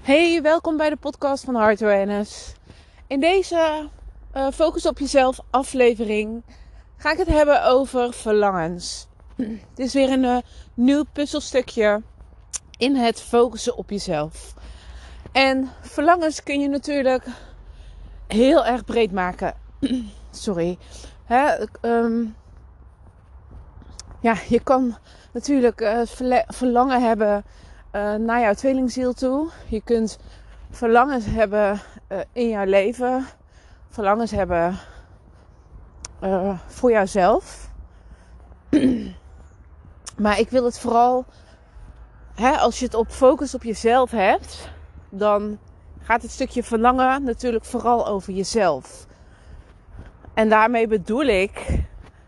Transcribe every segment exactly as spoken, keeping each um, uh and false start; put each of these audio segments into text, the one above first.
Hey, welkom bij de podcast van Heart Awareness. In deze uh, Focus op Jezelf aflevering ga ik het hebben over verlangens. Het is weer een uh, nieuw puzzelstukje in het focussen op jezelf. En verlangens kun je natuurlijk heel erg breed maken. Sorry. Hè, um, ja, je kan natuurlijk uh, verle- verlangen hebben uh, naar jouw tweelingziel toe. Je kunt verlangens hebben uh, in jouw leven. Verlangens hebben uh, voor jouzelf. Maar ik wil het vooral, hè, als je het op focus op jezelf hebt, dan gaat het stukje verlangen natuurlijk vooral over jezelf. En daarmee bedoel ik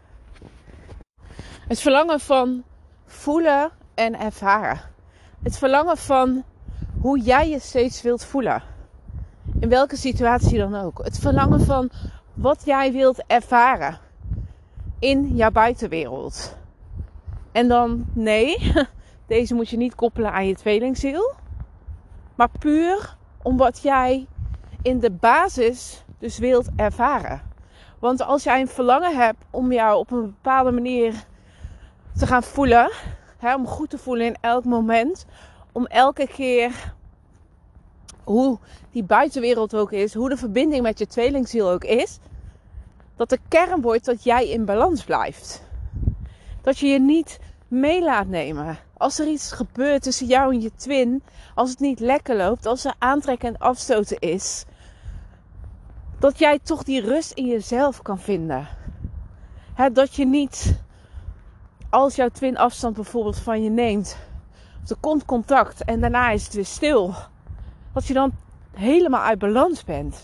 het verlangen van voelen en ervaren. Het verlangen van hoe jij je steeds wilt voelen. In welke situatie dan ook. Het verlangen van wat jij wilt ervaren in jouw buitenwereld. En dan, nee, deze moet je niet koppelen aan je tweelingziel. Maar puur om wat jij in de basis dus wilt ervaren. Want als jij een verlangen hebt om jou op een bepaalde manier te gaan voelen. Hè, om goed te voelen in elk moment. Om elke keer hoe die buitenwereld ook is. Hoe de verbinding met je tweelingziel ook is. Dat de kern wordt dat jij in balans blijft. Dat je je niet mee laat nemen. Als er iets gebeurt tussen jou en je twin. Als het niet lekker loopt. Als er aantrekken en afstoten is. Dat jij toch die rust in jezelf kan vinden. Hè, dat je niet, als jouw twin afstand bijvoorbeeld van je neemt. Er komt contact en daarna is het weer stil. Dat je dan helemaal uit balans bent.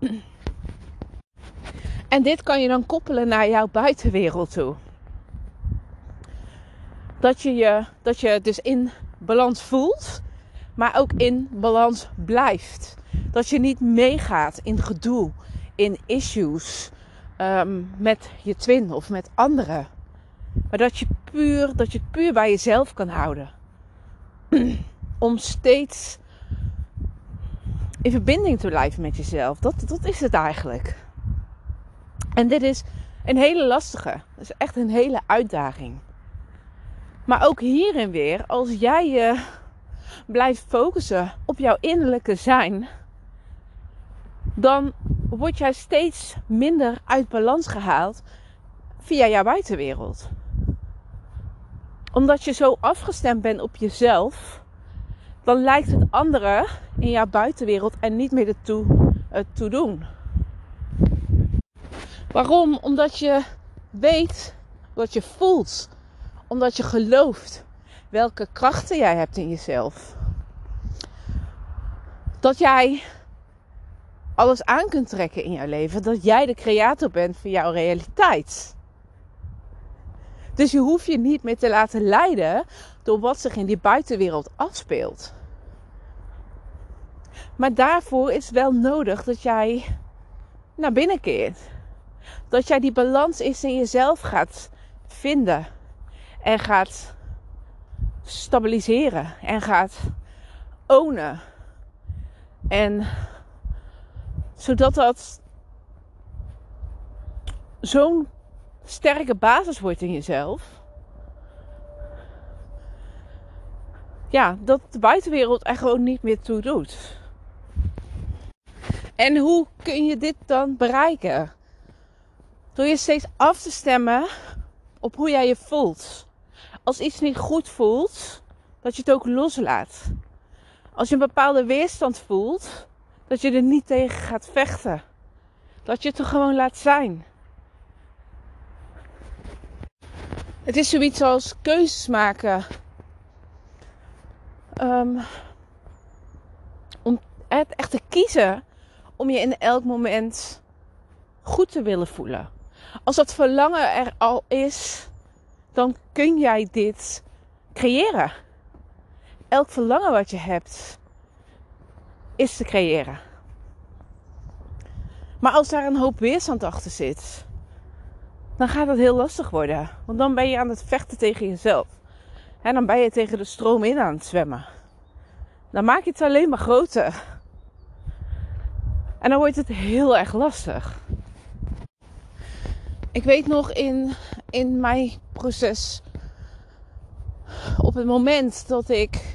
En dit kan je dan koppelen naar jouw buitenwereld toe. Dat je je, dat je dus in balans voelt, maar ook in balans blijft. Dat je niet meegaat in gedoe, in issues um, met je twin of met anderen. Maar dat je, puur, dat je het puur bij jezelf kan houden. Om steeds in verbinding te blijven met jezelf. Dat, dat is het eigenlijk. En dit is een hele lastige. Dat is echt een hele uitdaging. Maar ook hierin weer, als jij je blijft focussen op jouw innerlijke zijn, dan word jij steeds minder uit balans gehaald via jouw buitenwereld. Omdat je zo afgestemd bent op jezelf, dan lijkt het andere in jouw buitenwereld er niet meer toe, uh, toe doen. Waarom? Omdat je weet wat je voelt. Omdat je gelooft welke krachten jij hebt in jezelf. Dat jij alles aan kunt trekken in jouw leven. Dat jij de creator bent van jouw realiteit. Dus je hoeft je niet meer te laten leiden door wat zich in die buitenwereld afspeelt. Maar daarvoor is wel nodig dat jij naar binnen keert. Dat jij die balans is in jezelf gaat vinden. En gaat stabiliseren. En gaat ownen. En zodat dat zo'n sterke basis wordt in jezelf. Ja, dat de buitenwereld er gewoon niet meer toe doet. En hoe kun je dit dan bereiken? Door je steeds af te stemmen op hoe jij je voelt. Als iets niet goed voelt, dat je het ook loslaat. Als je een bepaalde weerstand voelt, dat je er niet tegen gaat vechten. Dat je het er gewoon laat zijn. Het is zoiets als keuzes maken. Um, om het echt te kiezen om je in elk moment goed te willen voelen. Als dat verlangen er al is, dan kun jij dit creëren. Elk verlangen wat je hebt, is te creëren. Maar als daar een hoop weerstand achter zit, dan gaat het heel lastig worden. Want dan ben je aan het vechten tegen jezelf. En dan ben je tegen de stroom in aan het zwemmen. dan maak je het alleen maar groter. En dan wordt het heel erg lastig. Ik weet nog in, in mijn proces, op het moment dat ik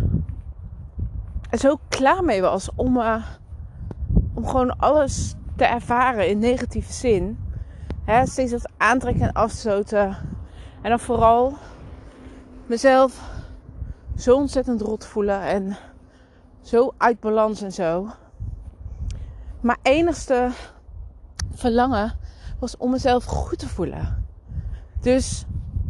er zo klaar mee was om, uh, om gewoon alles te ervaren in negatieve zin. Hè, steeds dat aantrekken en afstoten. En dan vooral mezelf zo ontzettend rot voelen en zo uit balans en zo. Mijn enigste verlangen was om mezelf goed te voelen. Dus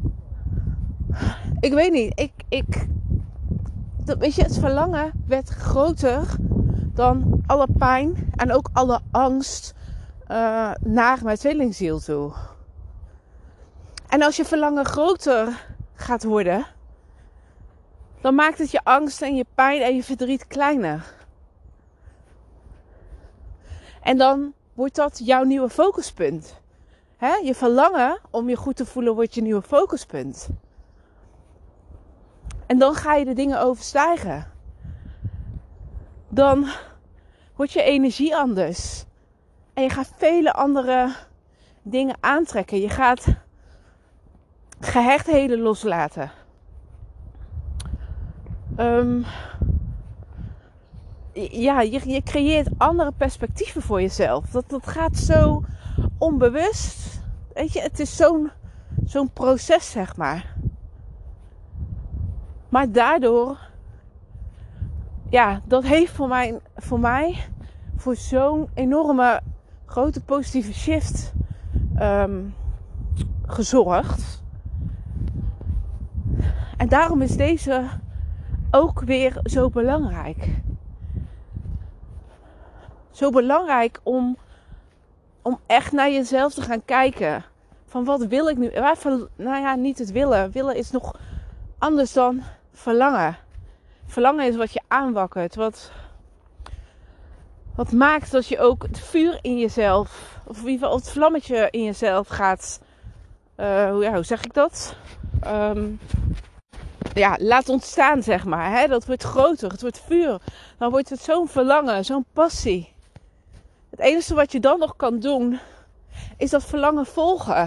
ik weet niet, ik, ik, dat, weet je, het verlangen werd groter dan alle pijn en ook alle angst uh, naar mijn tweelingziel toe. En als je verlangen groter gaat worden, dan maakt het je angst en je pijn en je verdriet kleiner. En dan wordt dat jouw nieuwe focuspunt. Hè? Je verlangen om je goed te voelen wordt je nieuwe focuspunt. En dan ga je de dingen overstijgen. Dan wordt je energie anders. En je gaat vele andere dingen aantrekken. Je gaat gehechtheden loslaten. Um, ja, je, je creëert andere perspectieven voor jezelf. Dat, dat gaat zo onbewust. Weet je, het is zo'n, zo'n proces, zeg maar. Maar daardoor, ja, dat heeft voor mij, voor mij, voor zo'n enorme grote positieve shift um, gezorgd. En daarom is deze ook weer zo belangrijk. Zo belangrijk om, om echt naar jezelf te gaan kijken. Van wat wil ik nu? Nou ja, niet het willen. Willen is nog anders dan verlangen. Verlangen is wat je aanwakkert. Wat, wat maakt dat je ook het vuur in jezelf, of in ieder geval het vlammetje in jezelf gaat. Uh, hoe, ja, hoe zeg ik dat? Um, ja, laat ontstaan, zeg maar. Hè? Dat wordt groter. Het wordt vuur. Dan wordt het zo'n verlangen, zo'n passie. Het enige wat je dan nog kan doen, is dat verlangen volgen.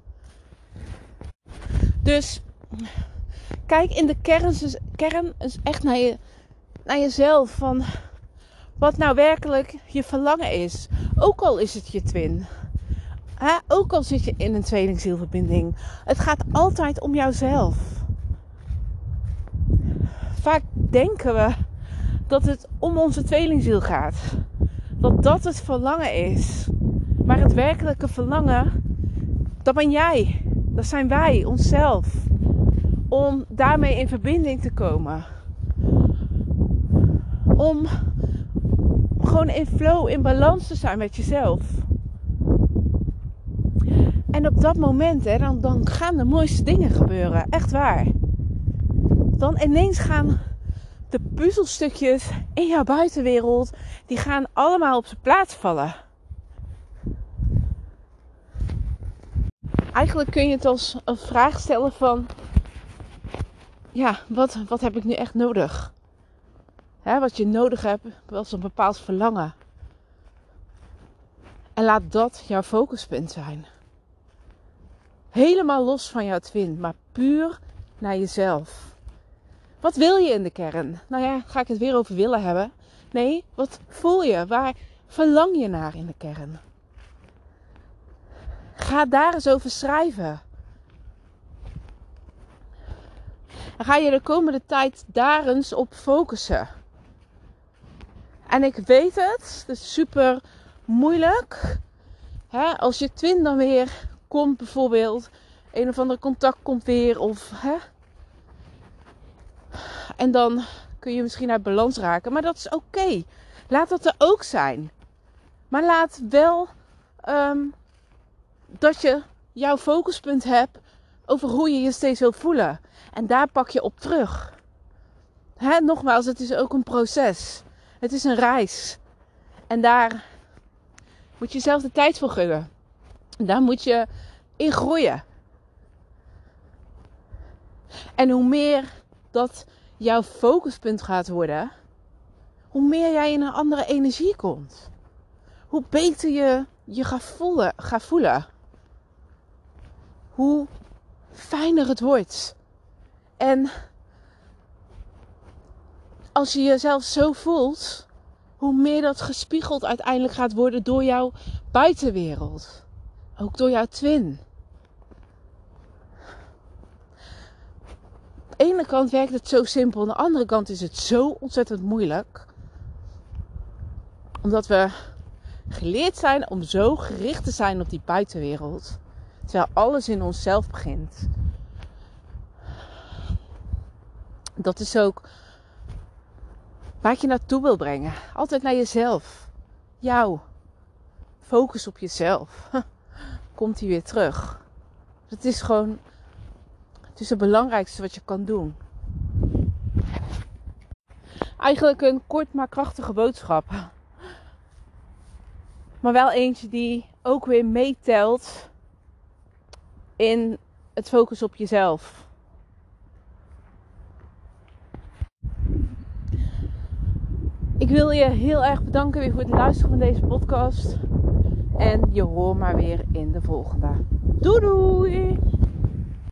Dus kijk in de kern, kern echt naar, je, naar jezelf. Van wat nou werkelijk je verlangen is. Ook al is het je twin. Hè? Ook al zit je in een tweelingzielverbinding. Het gaat altijd om jouzelf. Vaak denken we dat het om onze tweelingziel gaat. Dat dat het verlangen is. Maar het werkelijke verlangen, dat ben jij. Dat zijn wij, onszelf. Om daarmee in verbinding te komen. Om gewoon in flow, in balans te zijn met jezelf. En op dat moment, hè, dan, dan gaan de mooiste dingen gebeuren. Echt waar. Dan ineens gaan de puzzelstukjes in jouw buitenwereld, die gaan allemaal op zijn plaats vallen. Eigenlijk kun je het als een vraag stellen van, ja, wat, wat heb ik nu echt nodig? Hè, wat je nodig hebt, was een bepaald verlangen. En laat dat jouw focuspunt zijn. Helemaal los van jouw twin, maar puur naar jezelf. Wat wil je in de kern? Nou ja, ga ik het weer over willen hebben? Nee, wat voel je? Waar verlang je naar in de kern? Ga daar eens over schrijven. En ga je de komende tijd daar eens op focussen. En ik weet het, het is super moeilijk. Hè? Als je twin dan weer komt bijvoorbeeld, een of ander contact komt weer of... Hè? En dan kun je misschien uit balans raken. Maar dat is oké. Okay. Laat dat er ook zijn. Maar laat wel um, dat je jouw focuspunt hebt over hoe je je steeds wilt voelen. En daar pak je op terug. Hè, nogmaals, het is ook een proces. Het is een reis. En daar moet je zelf de tijd voor gunnen. Daar moet je in groeien. En hoe meer dat jouw focuspunt gaat worden, hoe meer jij in een andere energie komt. Hoe beter je je gaat voelen. Gaat voelen. Hoe fijner het wordt. En als je jezelf zo voelt, hoe meer dat gespiegeld uiteindelijk gaat worden door jouw buitenwereld. Ook door jouw twin. Aan de ene kant werkt het zo simpel. Aan de andere kant is het zo ontzettend moeilijk. Omdat we geleerd zijn om zo gericht te zijn op die buitenwereld. Terwijl alles in onszelf begint. Dat is ook waar ik je naartoe wil brengen. Altijd naar jezelf. Jou. Focus op jezelf. Komt hij weer terug. Het is gewoon... Het is het belangrijkste wat je kan doen. Eigenlijk een kort maar krachtige boodschap. Maar wel eentje die ook weer meetelt in het focus op jezelf. Ik wil je heel erg bedanken weer voor het luisteren van deze podcast. En je hoort maar weer in de volgende. Doei doei!